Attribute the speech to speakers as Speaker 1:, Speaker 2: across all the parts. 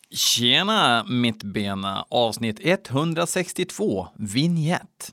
Speaker 1: Tjena mittbena, avsnitt 162, vignett.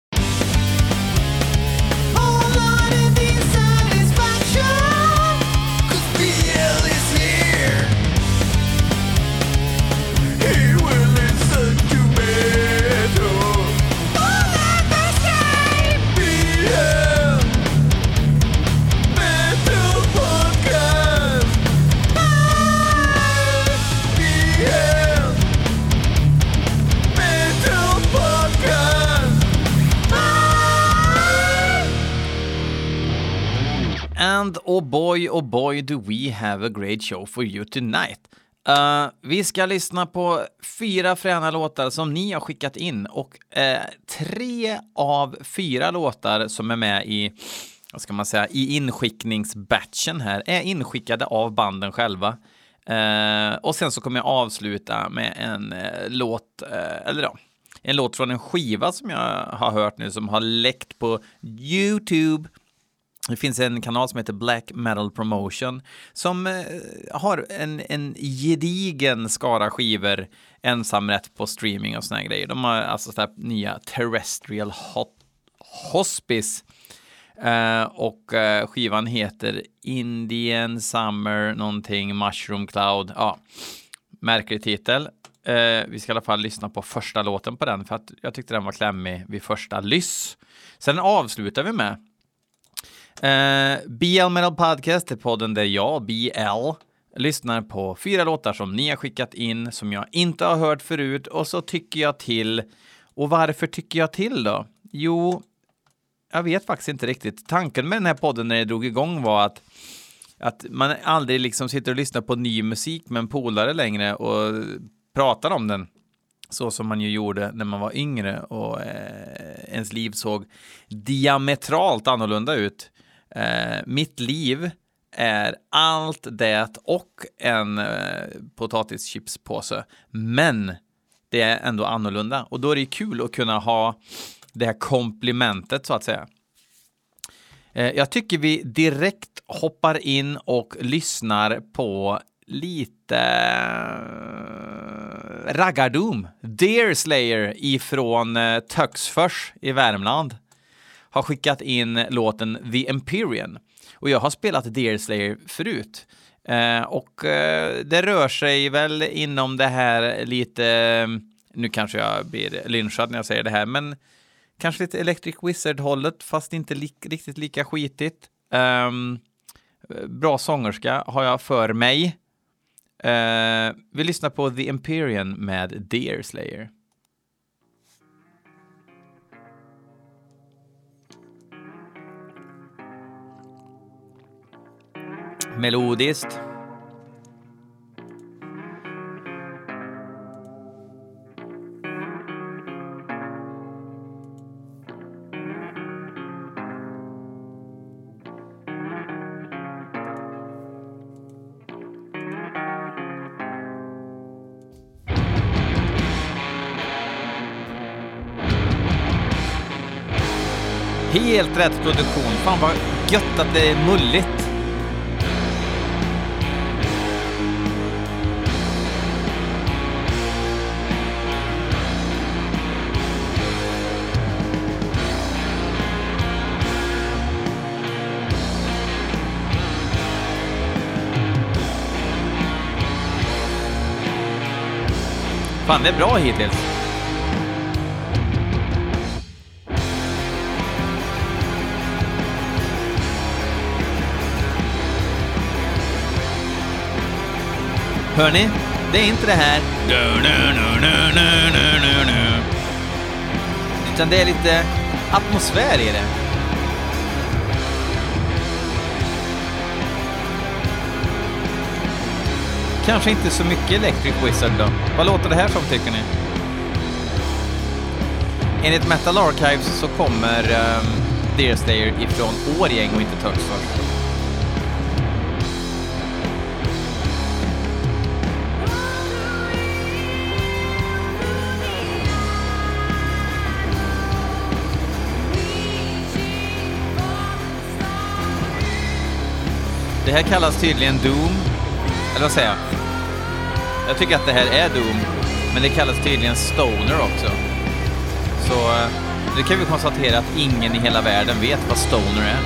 Speaker 1: And oh boy, do we have a great show for you tonight. Vi ska lyssna på 4 fräna låtar som ni har skickat in. Och 3 av 4 låtar som är med i, vad ska man säga, i inskickningsbatchen här är inskickade av banden själva. Och sen så kommer jag avsluta med en låt, en låt från en skiva som jag har hört nu som har läckt på YouTube. Det finns en kanal som heter Black Metal Promotion som har en gedigen skara skivor ensamrätt på streaming och såna här grejer. De har alltså så här nya Terrestrial Hospice och skivan heter Indian Summer någonting Mushroom Cloud. Ja, märklig titel. Vi ska i alla fall lyssna på första låten på den för att jag tyckte den var klämmig vid första lyss. Sen avslutar vi med BL Metal Podcast är podden där jag, BL, lyssnar på 4 låtar som ni har skickat in som jag inte har hört förut och så tycker jag till. Och varför tycker jag till då? Jo, jag vet faktiskt inte riktigt. Tanken med den här podden när det drog igång var att man aldrig liksom sitter och lyssnar på ny musik med en polare längre och pratar om den. Så som man ju gjorde när man var yngre och ens liv såg diametralt annorlunda ut. Mitt liv är allt det och en potatischipspåse. Men det är ändå annorlunda. Och då är det kul att kunna ha det här komplimentet så att säga. Jag tycker vi direkt hoppar in och lyssnar på lite Raggardoom. Deer Slayer ifrån Töcksfors i Värmland har skickat in låten The Empyrean. Och jag har spelat Deer Slayer förut. Och det rör sig väl inom det här lite, nu kanske jag blir lynchad när jag säger det här, men kanske lite Electric Wizard-hållet fast inte riktigt lika skitigt. Bra sångerska har jag för mig. Vi lyssnar på The Empyrean med Deer Slayer. Melodiskt. Helt rätt produktion. Fan vad gött att det är mulligt. Fan, det är bra hittills. Hör ni? Det är inte det här. Utan det är lite atmosfär i det. Kanske inte så mycket Electric Wizard då. Vad låter det här som tycker ni? Enligt Metal Archives så kommer Deer Slayer ifrån Årjäng och inte Töcksfors. Det här kallas tydligen Doom. Eller vad säger jag? Jag tycker att det här är Doom, men det kallas tydligen Stoner också. Så nu kan vi konstatera att ingen i hela världen vet vad Stoner är.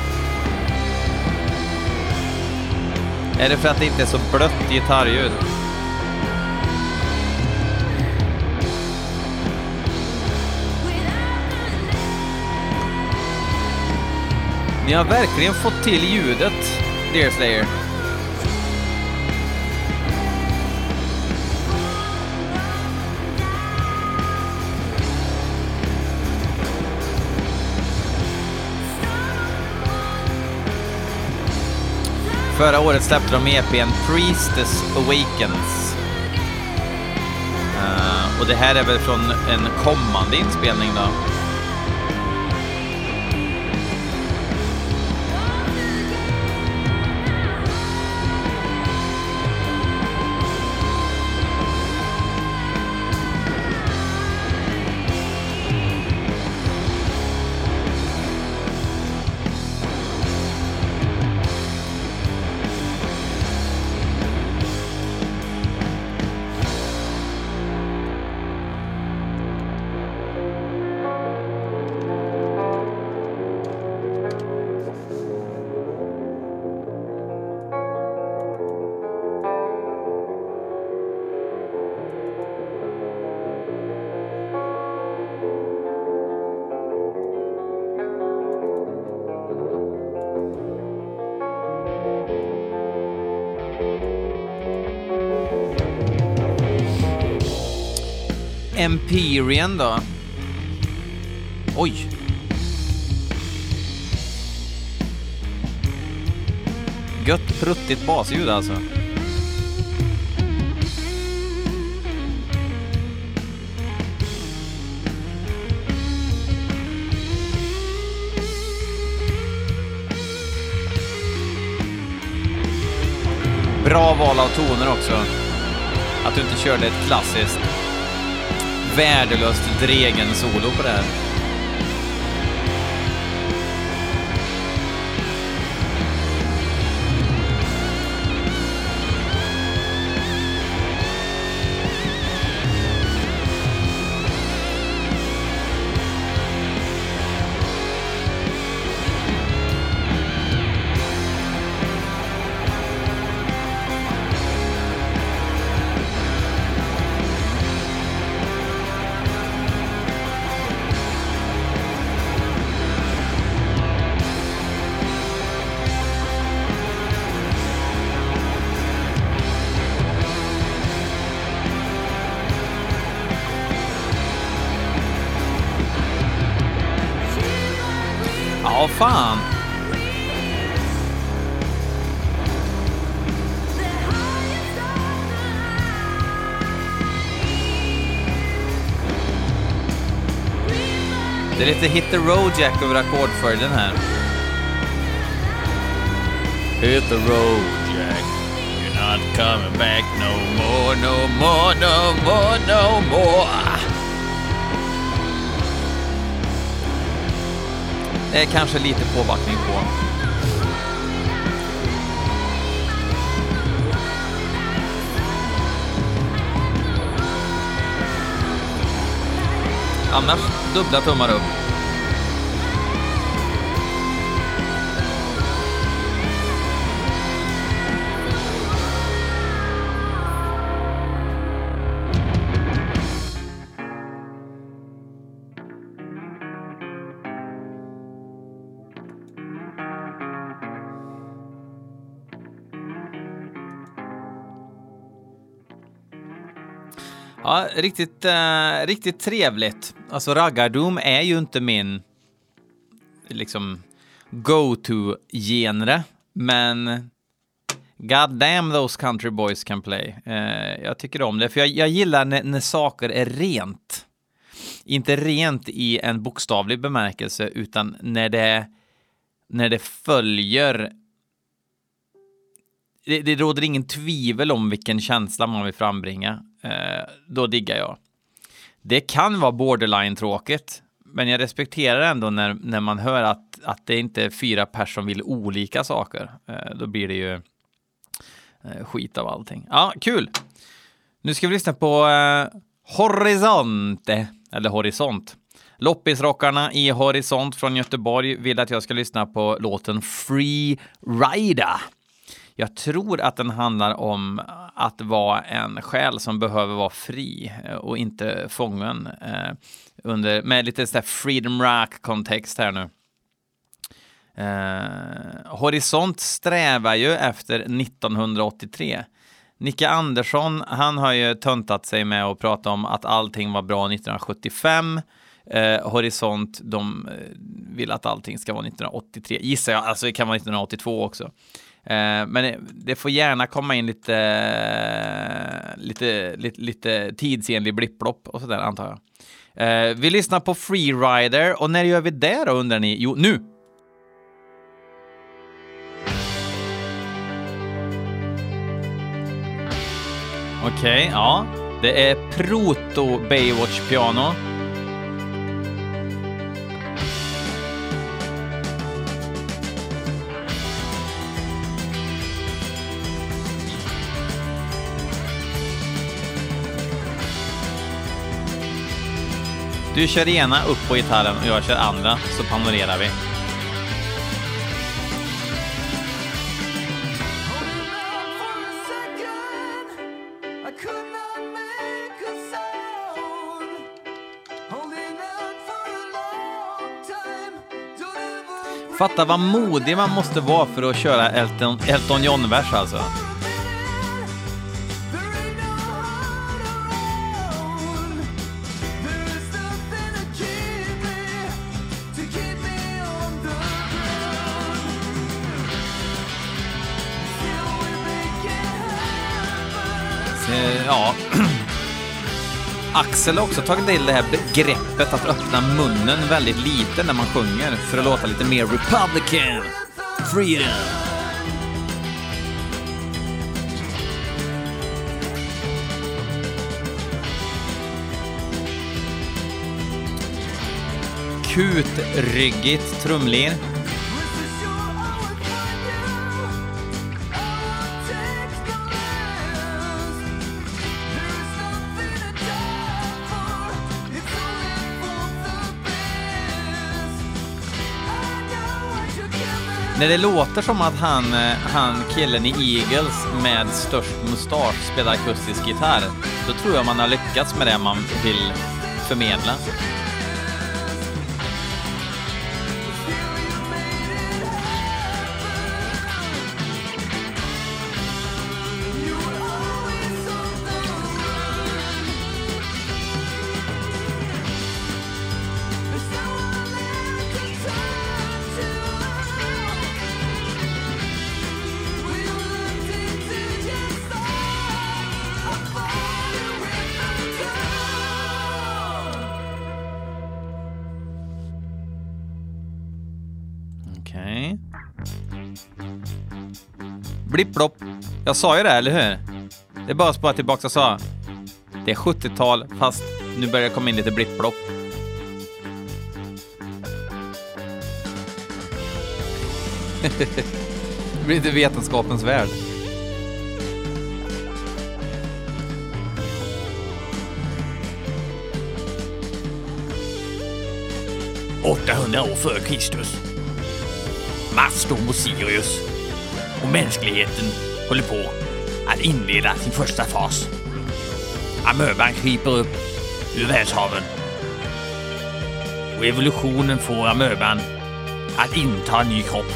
Speaker 1: Är det för att det inte är så blött gitarrljud? Ni har verkligen fått till ljudet, Dear Slayer. Förra året släppte de EP:n Priestess Awakens. Och det här är väl från en kommande inspelning då. Empyrean då. Oj. Gött pruttigt basljud alltså. Bra val av toner också. Att du inte körde ett klassiskt värdelöst dregen solo på det här. Ja, fan. Det är lite hit the road jack över ackordföljden här. Hit the road jack. You're not coming back no more, no more, no more, no more. Det är kanske lite påbackning på. Annars dubbla tummar upp. Ja, riktigt trevligt. Alltså raggardoom är ju inte min liksom go-to-genre, men god damn those country boys can play. Jag tycker om det, för jag gillar när saker är rent. Inte rent i en bokstavlig bemärkelse, utan när det följer. Det råder ingen tvivel om vilken känsla man vill frambringa. Då diggar jag. Det kan vara borderline tråkigt, men jag respekterar ändå när man hör att det inte är 4 personer som vill olika saker. Då blir det ju skit av allting. Ja, kul. Nu ska vi lyssna på Horizonte, eller Horisont. Loppisrockarna i Horisont från Göteborg vill att jag ska lyssna på låten Free Rider. Jag tror att den handlar om att vara en själ som behöver vara fri och inte fången med lite sådär freedom rock-kontext här nu. Horisont strävar ju efter 1983. Nicke Andersson, han har ju töntat sig med att prata om att allting var bra 1975. Horisont, de vill att allting ska vara 1983. Gissar jag, alltså det kan vara 1982 också. Men det får gärna komma in lite tidsenlig blipplopp och sådär, antar jag. Vi lyssnar på Free Rider, och när gör vi det då, undrar ni? Jo, nu! Okej, ja. Det är proto Baywatch-piano. Du kör ena upp på gitarren och jag kör andra, så panorerar vi. Fatta vad modig man måste vara för att köra Elton John-vers alltså. Ja. Axel har också tagit till det här begreppet att öppna munnen väldigt lite när man sjunger för att låta lite mer Republican freedom. Kutryggigt trumlir. När det låter som att han killen i Eagles med störst mustasch spelar akustisk gitarr, då tror jag man har lyckats med det man vill förmedla. Okej. Blipp-blopp. Jag sa ju det, eller hur? Det är bara att spara tillbaka och sa. Det är 70-tal, fast nu börjar det komma in lite blipp-blopp. Det blir inte vetenskapens värld. "800 år före Kristus. Mastodon och Sirius och mänskligheten håller på att inleda sin första fas. Amöban kryper upp ur världshaven och evolutionen får amöban att inta en ny kropp.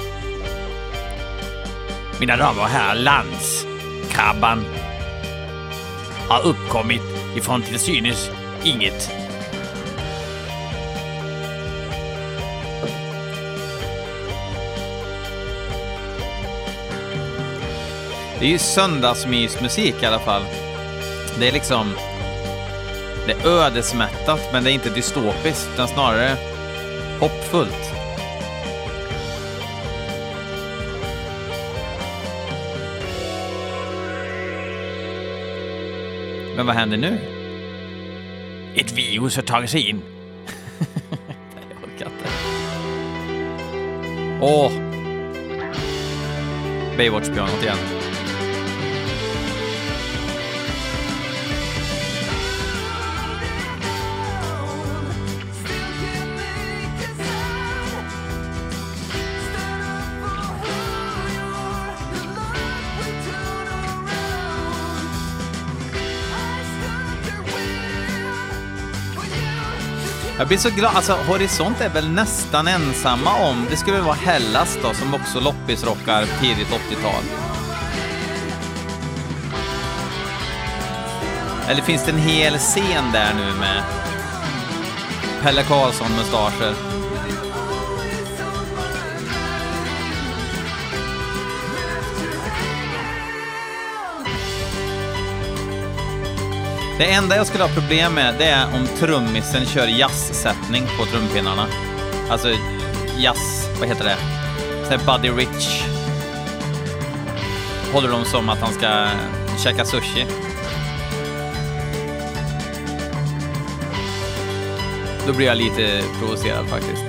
Speaker 1: Mina damer och herrar, landskrabban har uppkommit ifrån till synes inget. Det är ju söndagsmysmusik i alla fall. Det är liksom... Det är ödesmättat, men det är inte dystopiskt, utan snarare hoppfullt. Men vad händer nu? Ett virus har tagit sig in. Jag orkar inte. Åh! Baywatch-pianot igen. Jag blir så glad, alltså Horisont är väl nästan ensamma om, det skulle vara Hellas då som också loppisrockar tidigt 80-tal. Eller finns det en hel scen där nu med Pelle Karlsson-mustascher? Det enda jag skulle ha problem med, det är om trummisen kör jazzsättning på trumpinnarna. Alltså jazz, vad heter det? Så här Buddy Rich. Håller de som att han ska käka sushi. Då blir jag lite provocerad faktiskt.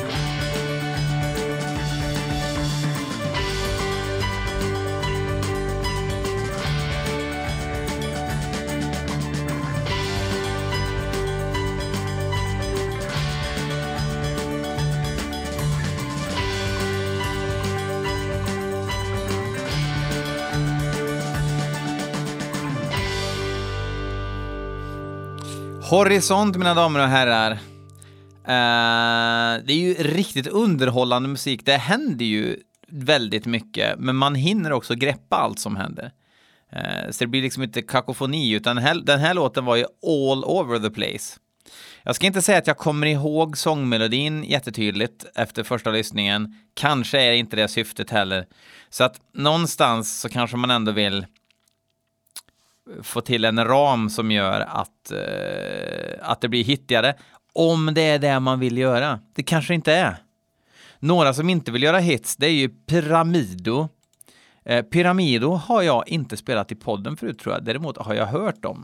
Speaker 1: Horisont, mina damer och herrar. Det är ju riktigt underhållande musik. Det händer ju väldigt mycket, men man hinner också greppa allt som händer. Så det blir liksom inte kakofoni, utan den här låten var ju all over the place. Jag ska inte säga att jag kommer ihåg sångmelodin jättetydligt efter första lyssningen. Kanske är inte det syftet heller. Så att någonstans så kanske man ändå vill få till en ram som gör att det blir hittigare. Om det är det man vill göra. Det kanske inte är. Några som inte vill göra hits, det är ju Pyramido. Pyramido har jag inte spelat i podden förut, tror jag. Däremot har jag hört dem.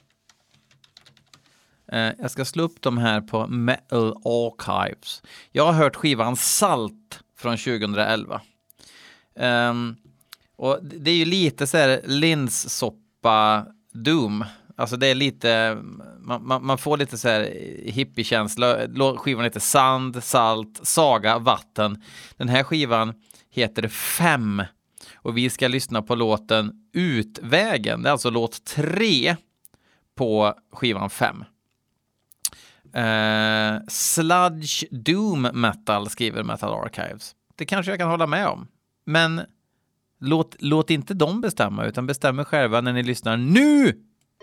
Speaker 1: Jag ska slå upp dem här på Metal Archives. Jag har hört skivan Salt från 2011. Och det är ju lite så här linssoppa doom. Alltså det är lite, man får lite så här hippie-känsla. Skivan heter Sand, Salt, Saga, Vatten. Den här skivan heter 5. Och vi ska lyssna på låten Utvägen. Det är alltså låt 3 på skivan 5. Sludge Doom Metal skriver Metal Archives. Det kanske jag kan hålla med om. Men låt inte dem bestämma, utan bestämmer själva när ni lyssnar nu!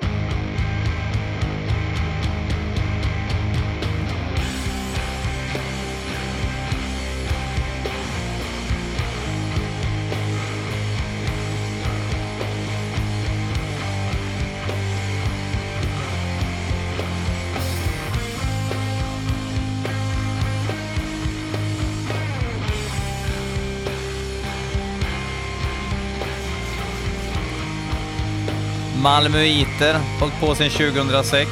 Speaker 1: Malmöiter, hållit på sedan 2006.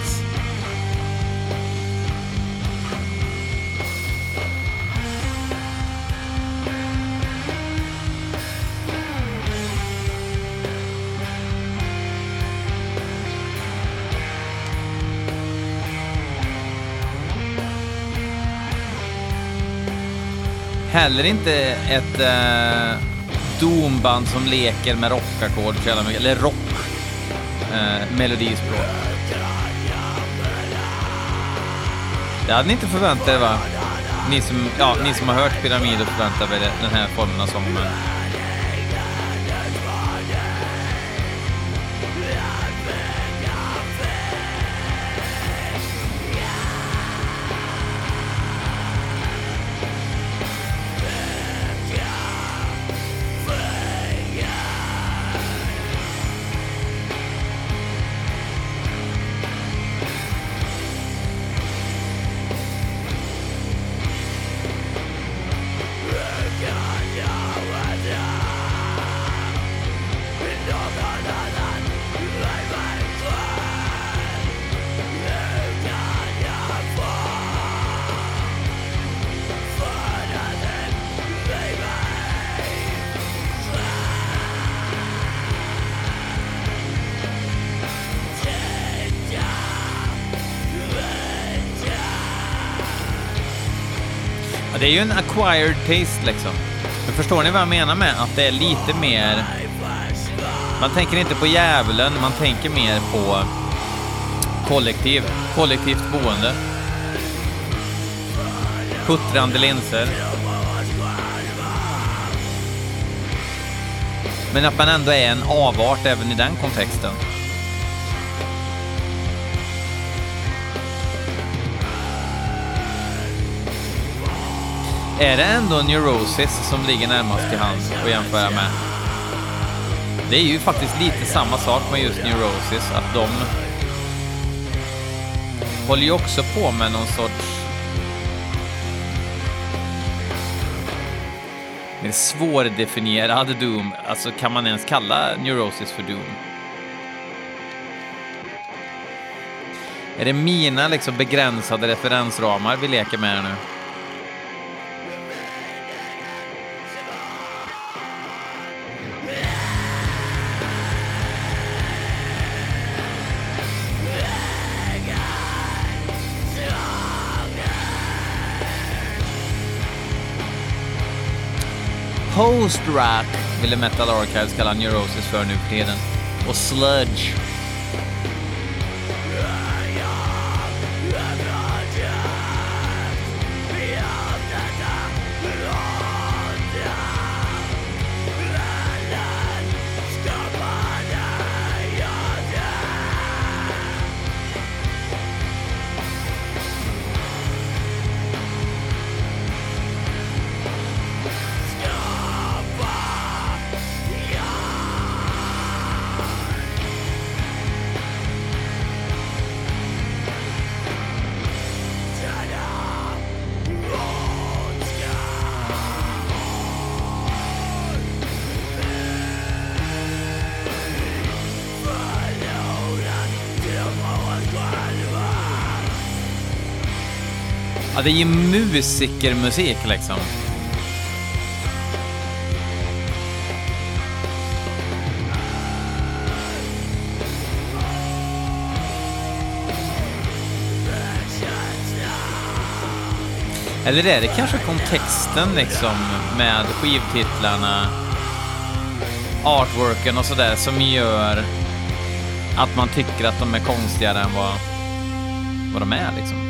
Speaker 1: Heller inte ett doomband som leker med rockackord eller rock. Melodispråk. Det hade ni inte förväntat er, va? Ni som har hört Pyramido förväntar väl den här formen av sång. Det är ju en acquired taste liksom. Men förstår ni vad jag menar med att det är lite mer... Man tänker inte på djävulen, man tänker mer på kollektivt boende. puttrande linser. Men att man ändå är en avart även i den kontexten. Är det ändå Neurosis som ligger närmast till hands att jämföra med? Det är ju faktiskt lite samma sak med just Neurosis, att de håller ju också på med någon sorts mer svårdefinierad Doom. Alltså kan man ens kalla Neurosis för Doom? Är det mina liksom begränsade referensramar vi leker med nu? Post-rock ville Metal Archives kalla Neurosis för nu för tiden. Och sludge. Ja, det är ju musikermusik liksom. Eller är det kanske kontexten liksom med skivtitlarna, artworken och sådär som gör att man tycker att de är konstigare än vad de är liksom.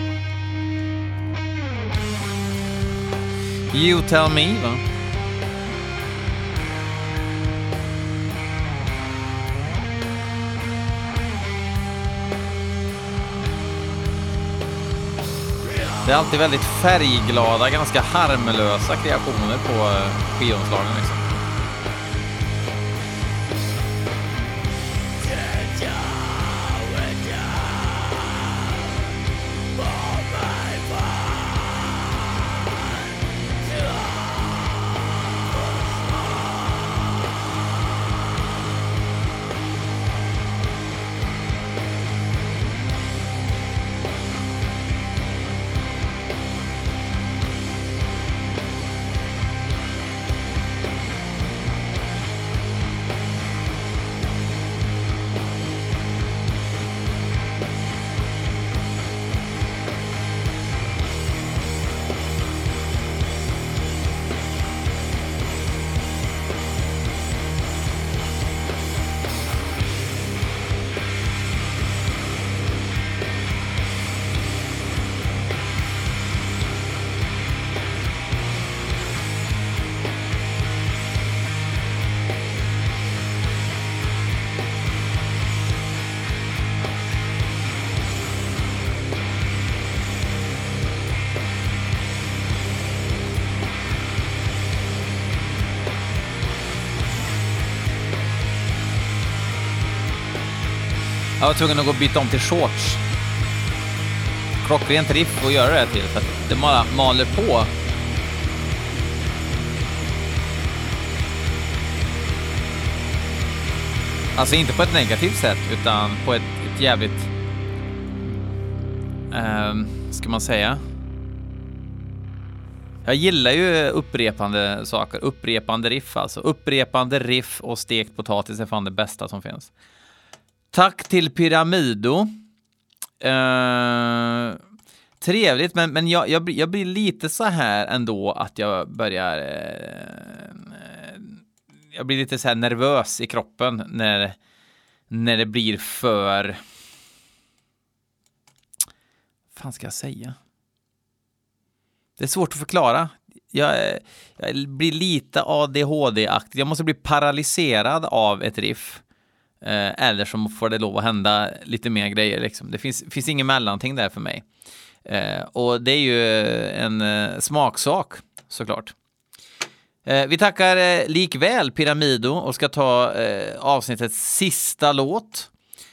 Speaker 1: You tell me, va? Det är alltid väldigt färgglada, ganska harmlösa kreationer på skivomslagen liksom. Jag var tvungen att gå och byta om till shorts. Klockrent riff att göra det till, för att det maler på. Alltså inte på ett negativt sätt, utan på ett jävligt ska man säga. Jag gillar ju upprepande saker, upprepande riff alltså. Upprepande riff och stekt potatis är fan det bästa som finns. Tack till Pyramido. Trevligt, men jag blir lite så här ändå att jag börjar jag blir lite så här nervös i kroppen när det blir för, vad fan ska jag säga? Det är svårt att förklara. Jag blir lite ADHD-aktig. Jag måste bli paralyserad av ett riff. Eller så får det lov att hända lite mer grejer. Liksom. Det finns ingen mellanting där för mig. Och det är ju en smaksak, såklart. Vi tackar likväl Pyramido och ska ta avsnittets sista låt.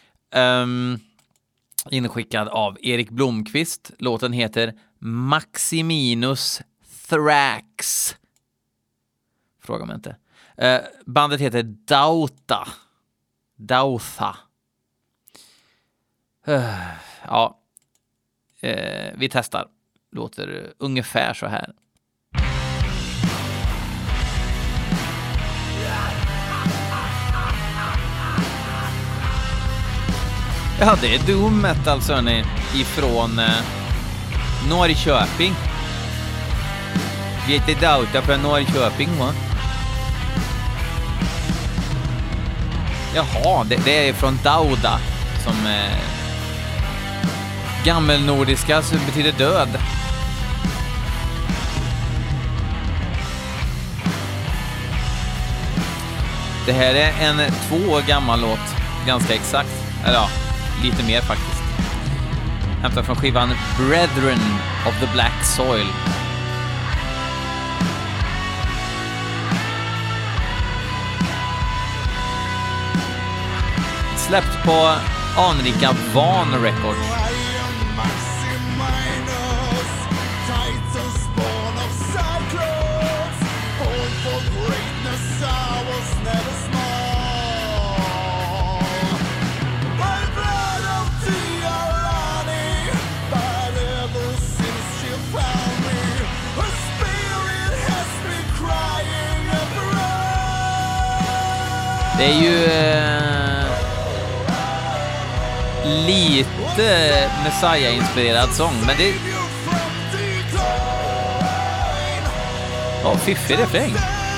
Speaker 1: Inskickad av Erik Blomqvist. Låten heter Maximinus Thrax. Fråga mig inte. Bandet heter Dautha. Ja. Vi testar. Låter ungefär så här. Ja, det är doom metal, så ni, ifrån Norrköping. Vi heter Dautha från Norrköping, va? Jaha, det är från Dauda, som gammelnordiska, så betyder död. Det här är en 2 år gammal låt, ganska exakt. Eller ja, lite mer faktiskt. Hämtad från skivan Brethren of the Black Soil. Släppt på anrika Van Records. Det är ju lite Messiah-inspirerad sång, men det... Ja, fiffig refräng.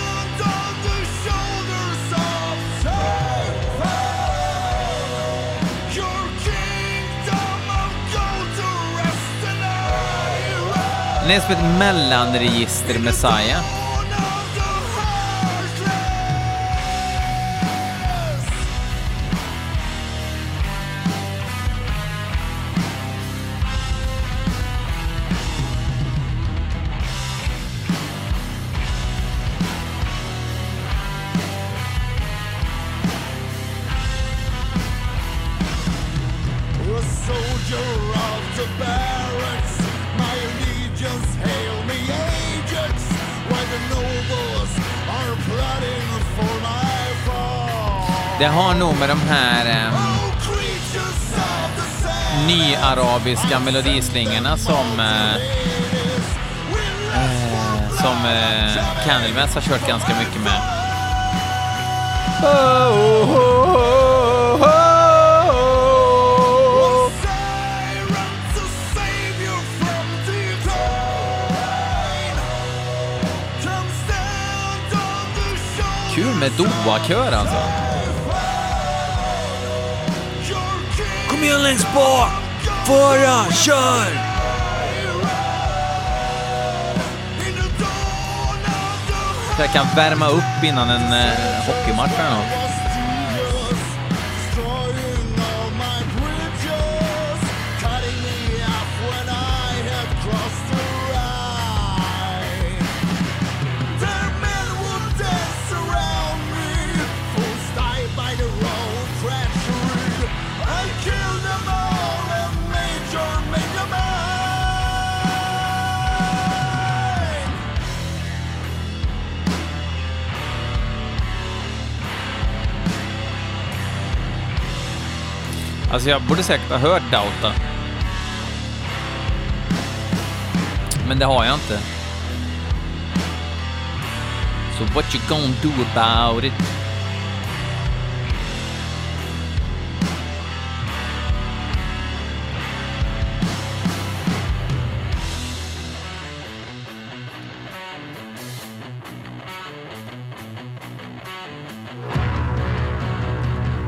Speaker 1: Det är som ett mellanregister Messiah. Det har nog med de här nyarabiska melodislingorna som Candlemass har kört ganska mycket med. Kul med Doa-kör alltså. Kom igen längst bak! Föra, kör! Så jag kan värma upp innan en hockeymatch eller något. Alltså jag borde säkert ha hört Dautha. Men det har jag inte. So what you gonna do about it?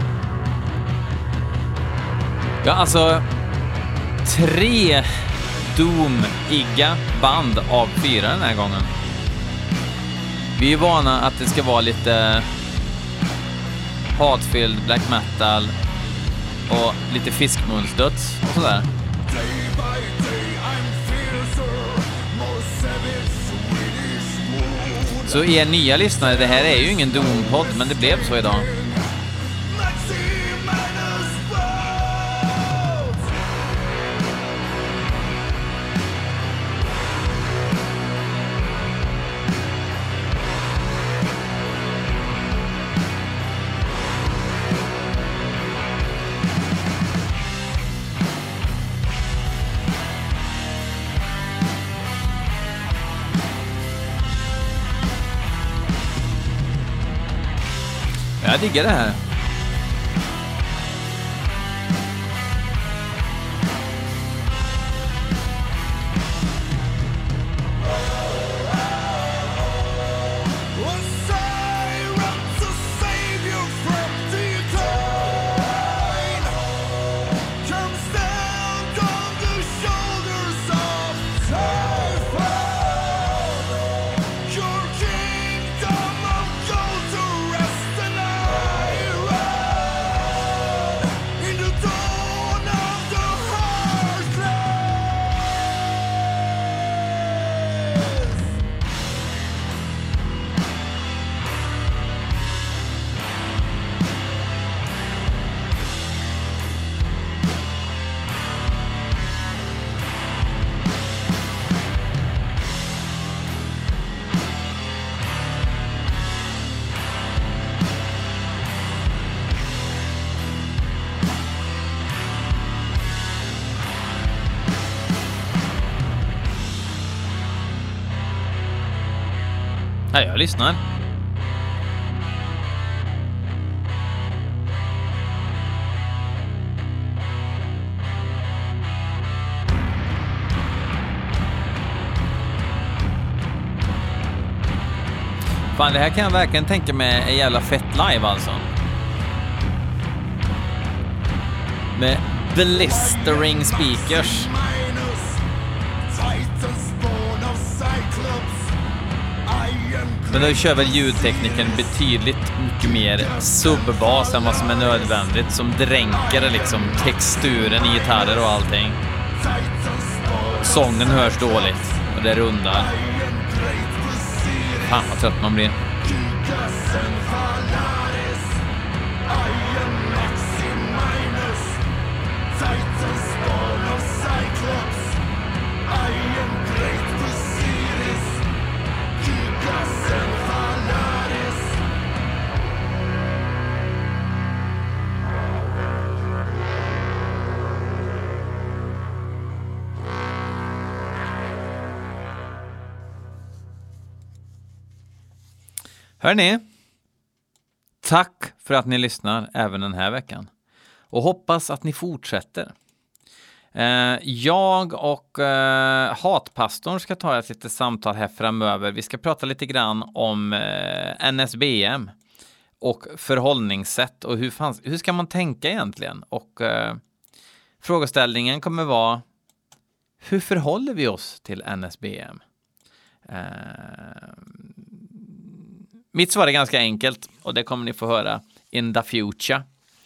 Speaker 1: Ja, alltså 3 doom-igga band av 4 den här gången. Vi är vana att det ska vara lite hatfylld black metal och lite fiskmunsdöds och sådär. Så er nya lyssnare, det här är ju ingen doom-podd, men det blev så idag. Jag diggar det här. Ja, jag lyssnar. Fan, det här kan jag verkligen tänka mig är jävla fett live alltså. Med blistering speakers. Men då kör väl ljudtekniken betydligt mycket mer subbas än vad som är nödvändigt, som dränker liksom texturen i gitarrer och allting. Sången hörs dåligt och det rundar. Fan vad trött man blir. Hörrni, tack för att ni lyssnar även den här veckan. Och hoppas att ni fortsätter. Jag och Hatpastorn ska ta ett litet samtal här framöver. Vi ska prata lite grann om NSBM och förhållningssätt och hur ska man tänka egentligen. Och frågeställningen kommer vara: hur förhåller vi oss till NSBM? Mitt svar är ganska enkelt och det kommer ni få höra in the future.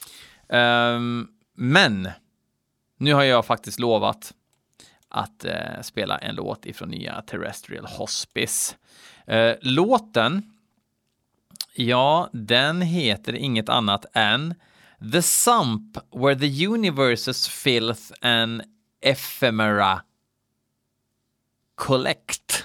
Speaker 1: Men nu har jag faktiskt lovat att spela en låt ifrån nya Terrestrial Hospice. Låten, ja, den heter inget annat än The Sump Where the Universe's Filth and Ephemera Collect.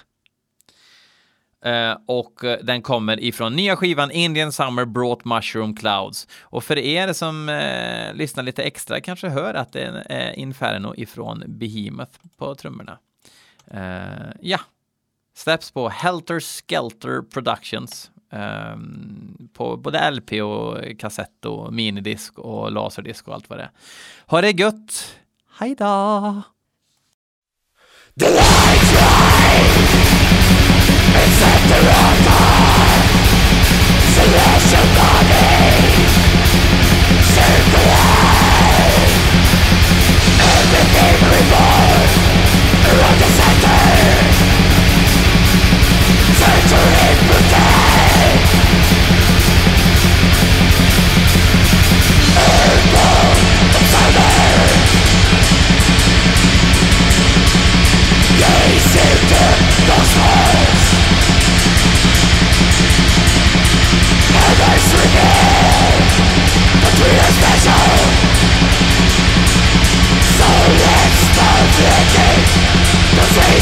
Speaker 1: Och den kommer ifrån nya skivan Indian Summer Brought Mushroom Clouds. Och för er som lyssnar lite extra kanske hör att det är Inferno ifrån Behemoth på trummorna. Ja, släpps på Helter Skelter Productions. På både LP och kassett och minidisk och laserdisk och allt vad det är. Ha det gött! Hej då! The lights rise, it's at the altar, celestial bodies, circle everything revolves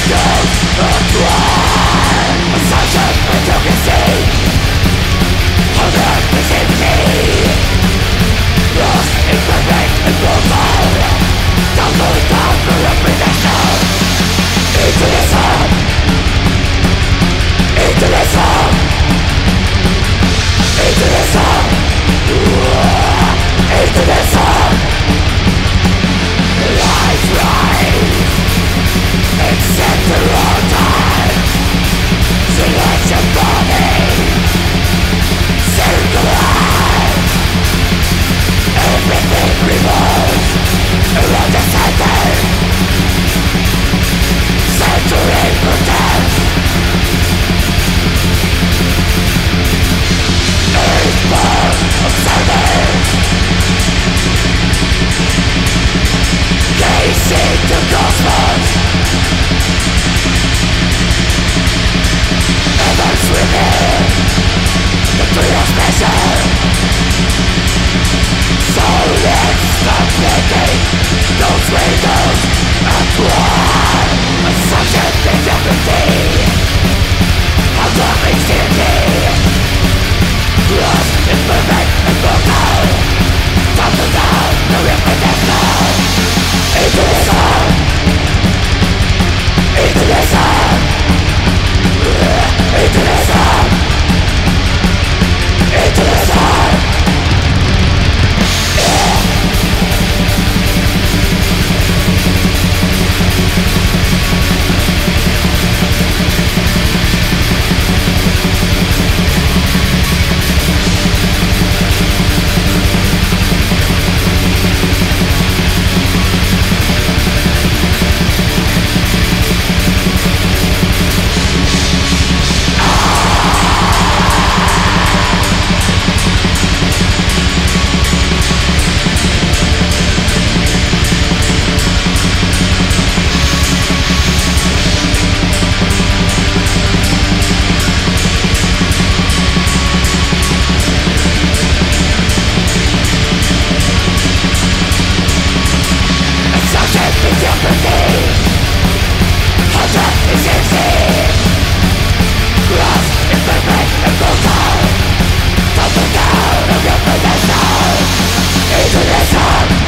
Speaker 2: Into the sun.